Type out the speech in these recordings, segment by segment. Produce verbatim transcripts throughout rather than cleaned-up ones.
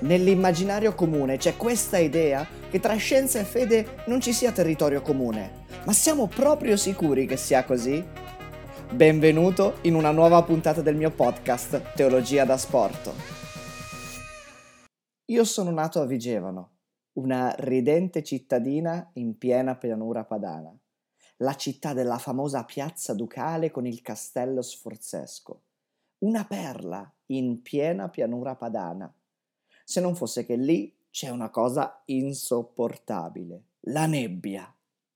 Nell'immaginario comune c'è questa idea che tra scienza e fede non ci sia territorio comune. Ma siamo proprio sicuri che sia così? Benvenuto in una nuova puntata del mio podcast Teologia da Sport. Io sono nato a Vigevano, una ridente cittadina in piena pianura padana, la città della famosa piazza ducale con il castello sforzesco, una perla in piena pianura padana. Se non fosse che lì c'è una cosa insopportabile, la nebbia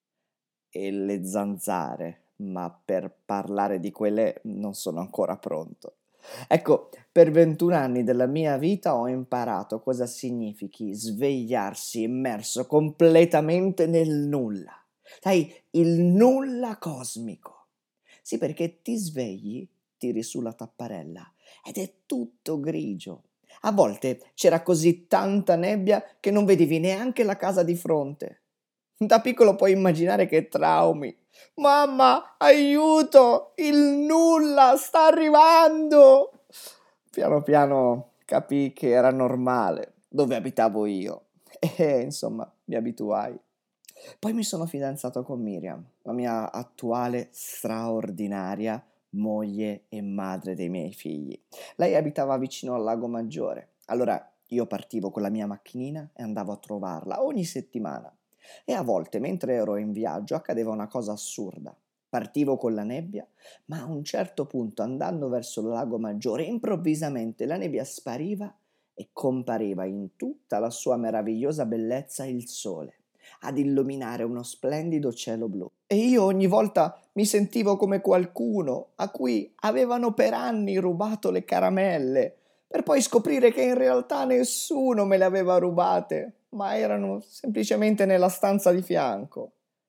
e le zanzare, ma per parlare di quelle non sono ancora pronto. Ecco, per ventuno anni della mia vita ho imparato cosa significhi svegliarsi immerso completamente nel nulla. Sai, il nulla cosmico. Sì, perché ti svegli, tiri su la tapparella ed è tutto grigio. A volte c'era così tanta nebbia che non vedevi neanche la casa di fronte. Da piccolo puoi immaginare che traumi. Mamma, aiuto! Il nulla sta arrivando! Piano piano capii che era normale dove abitavo io e insomma mi abituai. Poi mi sono fidanzato con Miriam, la mia attuale straordinaria moglie e madre dei miei figli. Lei abitava vicino al Lago Maggiore, allora io partivo con la mia macchinina e andavo a trovarla ogni settimana. E a volte, mentre ero in viaggio, accadeva una cosa assurda. Partivo con la nebbia, ma a un certo punto, andando verso il Lago Maggiore, improvvisamente la nebbia spariva e compariva in tutta la sua meravigliosa bellezza il sole, ad illuminare uno splendido cielo blu. E io ogni volta mi sentivo come qualcuno a cui avevano per anni rubato le caramelle, per poi scoprire che in realtà nessuno me le aveva rubate, ma erano semplicemente nella stanza di fianco.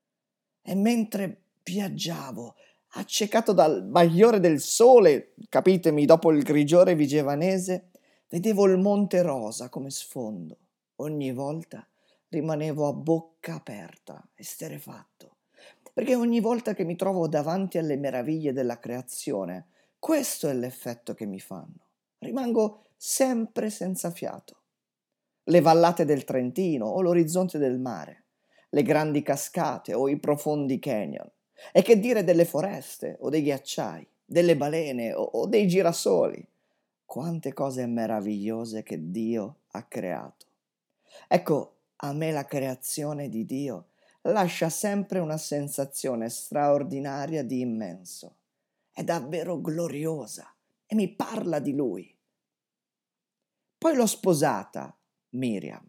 E mentre viaggiavo, accecato dal bagliore del sole, capitemi, dopo il grigiore vigevanese, vedevo il Monte Rosa come sfondo. Ogni volta rimanevo a bocca aperta, esterrefatto, perché ogni volta che mi trovo davanti alle meraviglie della creazione, questo è l'effetto che mi fanno. Rimango sempre senza fiato. Le vallate del Trentino o l'orizzonte del mare, le grandi cascate o i profondi canyon. E che dire delle foreste o dei ghiacciai, delle balene o, o dei girasoli. Quante cose meravigliose che Dio ha creato. Ecco, a me la creazione di Dio lascia sempre una sensazione straordinaria di immenso. È davvero gloriosa e mi parla di Lui. Poi l'ho sposata, Miriam.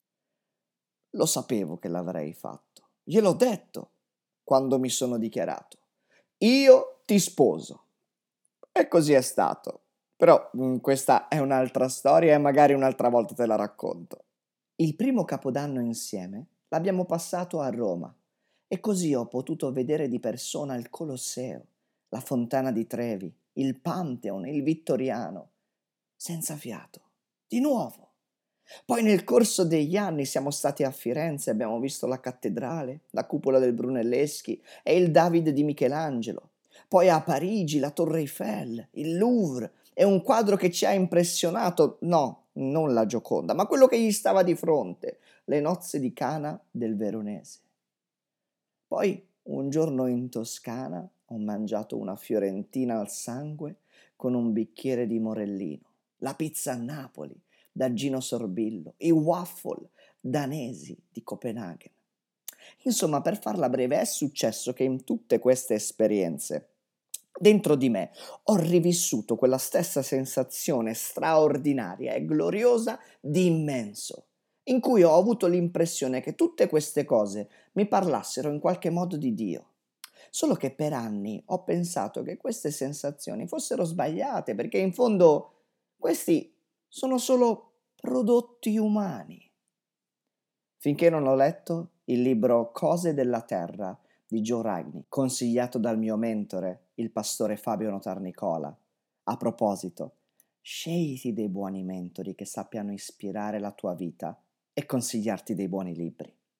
Lo sapevo che l'avrei fatto. Gliel'ho detto quando mi sono dichiarato. Io ti sposo. E così è stato. Però mh, questa è un'altra storia e magari un'altra volta te la racconto. Il primo Capodanno insieme l'abbiamo passato a Roma e così ho potuto vedere di persona il Colosseo, la Fontana di Trevi, il Pantheon, il Vittoriano, senza fiato, di nuovo. Poi nel corso degli anni siamo stati a Firenze, abbiamo visto la cattedrale, la cupola del Brunelleschi e il David di Michelangelo. Poi a Parigi la Torre Eiffel, il Louvre e un quadro che ci ha impressionato, no, non la Gioconda, ma quello che gli stava di fronte, le nozze di Cana del Veronese. Poi un giorno in Toscana ho mangiato una fiorentina al sangue con un bicchiere di morellino, la pizza a Napoli da Gino Sorbillo, i waffle danesi di Copenaghen. Insomma, per farla breve, è successo che in tutte queste esperienze, dentro di me, ho rivissuto quella stessa sensazione straordinaria e gloriosa di immenso, in cui ho avuto l'impressione che tutte queste cose mi parlassero in qualche modo di Dio. Solo che per anni ho pensato che queste sensazioni fossero sbagliate, perché in fondo questi sono solo prodotti umani. Finché non ho letto il libro Cose della Terra di Joe Ragni, consigliato dal mio mentore, il pastore Fabio Notarnicola. A proposito, scegliti dei buoni mentori che sappiano ispirare la tua vita e consigliarti dei buoni libri.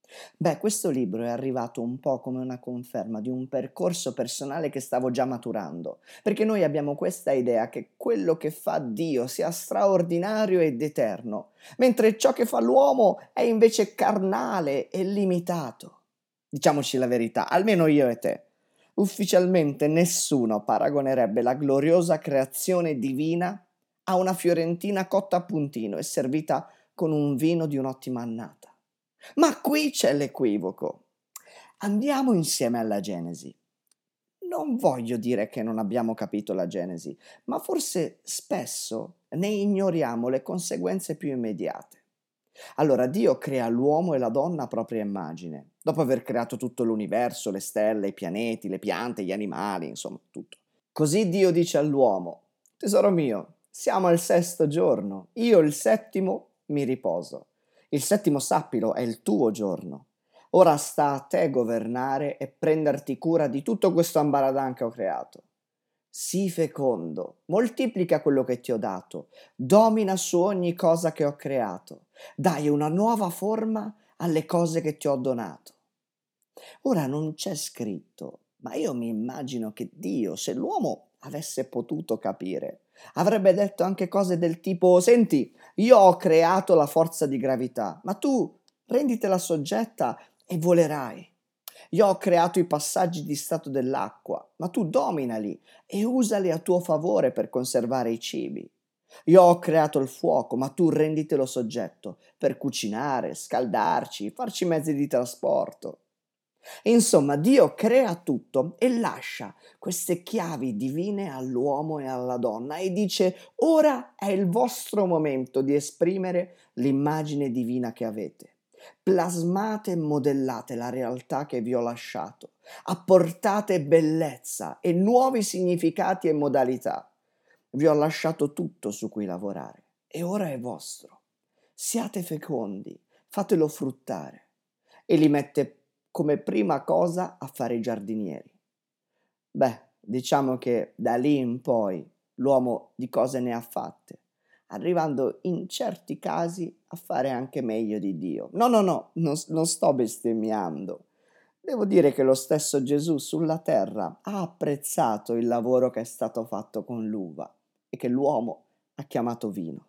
Beh, questo libro è arrivato un po' come una conferma di un percorso personale che stavo già maturando, perché noi abbiamo questa idea che quello che fa Dio sia straordinario ed eterno, mentre ciò che fa l'uomo è invece carnale e limitato. Diciamoci la verità, almeno io e te. Ufficialmente nessuno paragonerebbe la gloriosa creazione divina a una fiorentina cotta a puntino e servita con un vino di un'ottima annata. Ma qui c'è l'equivoco. Andiamo insieme alla Genesi. Non voglio dire che non abbiamo capito la Genesi, ma forse spesso ne ignoriamo le conseguenze più immediate. Allora, Dio crea l'uomo e la donna a propria immagine, dopo aver creato tutto l'universo, le stelle, i pianeti, le piante, gli animali, insomma, tutto. Così Dio dice all'uomo: tesoro mio, siamo al sesto giorno, io il settimo mi riposo. Il settimo sappilo è il tuo giorno. Ora sta a te governare e prenderti cura di tutto questo ambaradan che ho creato. Sii fecondo, moltiplica quello che ti ho dato, domina su ogni cosa che ho creato, dai una nuova forma alle cose che ti ho donato. Ora non c'è scritto, ma io mi immagino che Dio, se l'uomo avesse potuto capire, avrebbe detto anche cose del tipo: senti, io ho creato la forza di gravità, ma tu renditela soggetta e volerai. Io ho creato i passaggi di stato dell'acqua, ma tu dominali e usali a tuo favore per conservare i cibi. Io ho creato il fuoco, ma tu renditelo soggetto per cucinare, scaldarci, farci mezzi di trasporto. Insomma, Dio crea tutto e lascia queste chiavi divine all'uomo e alla donna e dice: ora è il vostro momento di esprimere l'immagine divina che avete. Plasmate e modellate la realtà che vi ho lasciato, apportate bellezza e nuovi significati e modalità. Vi ho lasciato tutto su cui lavorare e ora è vostro. Siate fecondi, fatelo fruttare. E li mette come prima cosa a fare i giardinieri. Beh, diciamo che da lì in poi l'uomo di cose ne ha fatte, arrivando in certi casi a fare anche meglio di Dio. No, no, no, non, non sto bestemmiando. Devo dire che lo stesso Gesù sulla terra ha apprezzato il lavoro che è stato fatto con l'uva e che l'uomo ha chiamato vino.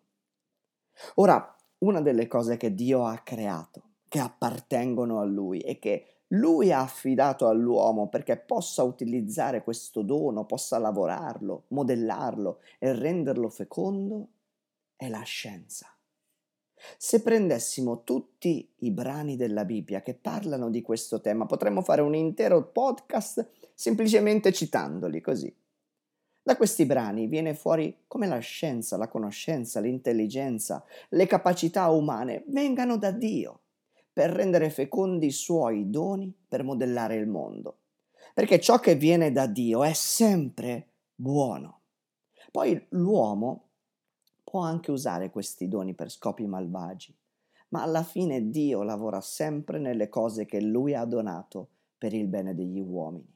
Ora, una delle cose che Dio ha creato, che appartengono a Lui e che Lui ha affidato all'uomo perché possa utilizzare questo dono, possa lavorarlo, modellarlo e renderlo fecondo, è la scienza. Se prendessimo tutti i brani della Bibbia che parlano di questo tema, potremmo fare un intero podcast semplicemente citandoli così. Da questi brani viene fuori come la scienza, la conoscenza, l'intelligenza, le capacità umane vengano da Dio per rendere fecondi i suoi doni per modellare il mondo. Perché ciò che viene da Dio è sempre buono. Poi l'uomo può anche usare questi doni per scopi malvagi, ma alla fine Dio lavora sempre nelle cose che Lui ha donato per il bene degli uomini.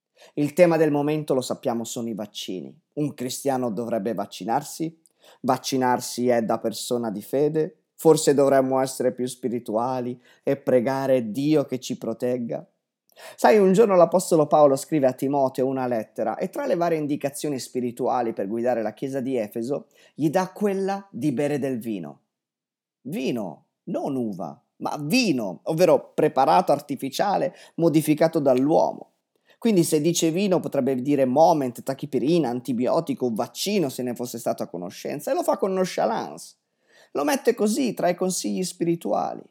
Il tema del momento, lo sappiamo, sono i vaccini. Un cristiano dovrebbe vaccinarsi? Vaccinarsi è da persona di fede? Forse dovremmo essere più spirituali e pregare Dio che ci protegga? Sai, un giorno l'Apostolo Paolo scrive a Timoteo una lettera e tra le varie indicazioni spirituali per guidare la chiesa di Efeso gli dà quella di bere del vino. Vino, non uva, ma vino, ovvero preparato artificiale modificato dall'uomo. Quindi se dice vino potrebbe dire moment, tachipirina, antibiotico, vaccino se ne fosse stato a conoscenza e lo fa con nonchalance. Lo mette così tra i consigli spirituali.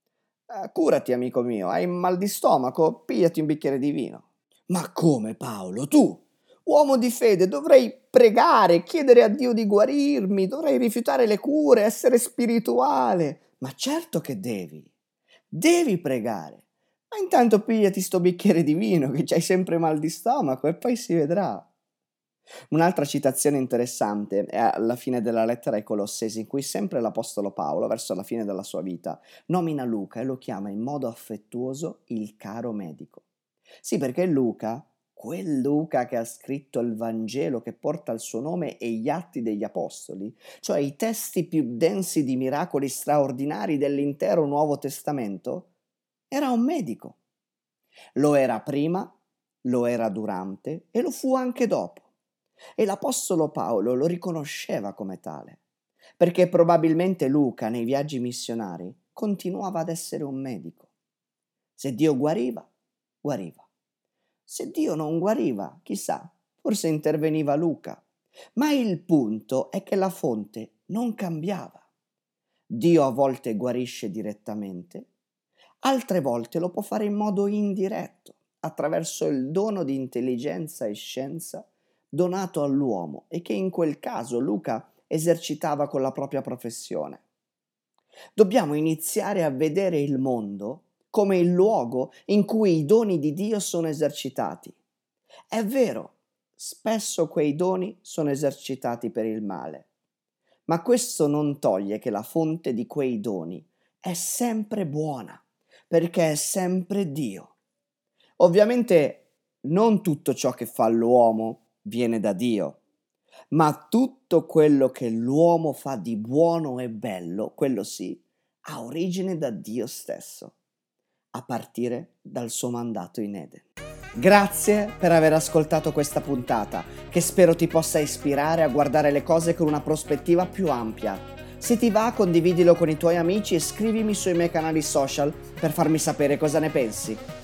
Eh, curati amico mio, hai mal di stomaco? Pigliati un bicchiere di vino. Ma come Paolo, tu, uomo di fede, dovrei pregare, chiedere a Dio di guarirmi, dovrei rifiutare le cure, essere spirituale. Ma certo che devi, devi pregare. Ma intanto pigliati sto bicchiere di vino che c'hai sempre mal di stomaco e poi si vedrà. Un'altra citazione interessante è alla fine della lettera ai Colossesi, in cui sempre l'Apostolo Paolo, verso la fine della sua vita, nomina Luca e lo chiama in modo affettuoso il caro medico. Sì, perché Luca, quel Luca che ha scritto il Vangelo che porta il suo nome e gli Atti degli Apostoli, cioè i testi più densi di miracoli straordinari dell'intero Nuovo Testamento, Era un medico. Lo era prima, lo era durante e lo fu anche dopo. E l'Apostolo Paolo lo riconosceva come tale, perché probabilmente Luca nei viaggi missionari continuava ad essere un medico. Se Dio guariva, guariva. Se Dio non guariva, chissà, forse interveniva Luca. Ma il punto è che la fonte non cambiava. Dio a volte guarisce direttamente, altre volte lo può fare in modo indiretto, attraverso il dono di intelligenza e scienza donato all'uomo e che in quel caso Luca esercitava con la propria professione. Dobbiamo iniziare a vedere il mondo come il luogo in cui i doni di Dio sono esercitati. È vero, spesso quei doni sono esercitati per il male, ma questo non toglie che la fonte di quei doni è sempre buona, perché è sempre Dio. Ovviamente non tutto ciò che fa l'uomo viene da Dio, ma tutto quello che l'uomo fa di buono e bello, quello sì, ha origine da Dio stesso, a partire dal suo mandato in Eden. Grazie per aver ascoltato questa puntata, che spero ti possa ispirare a guardare le cose con una prospettiva più ampia. Se ti va, condividilo con i tuoi amici e scrivimi sui miei canali social per farmi sapere cosa ne pensi.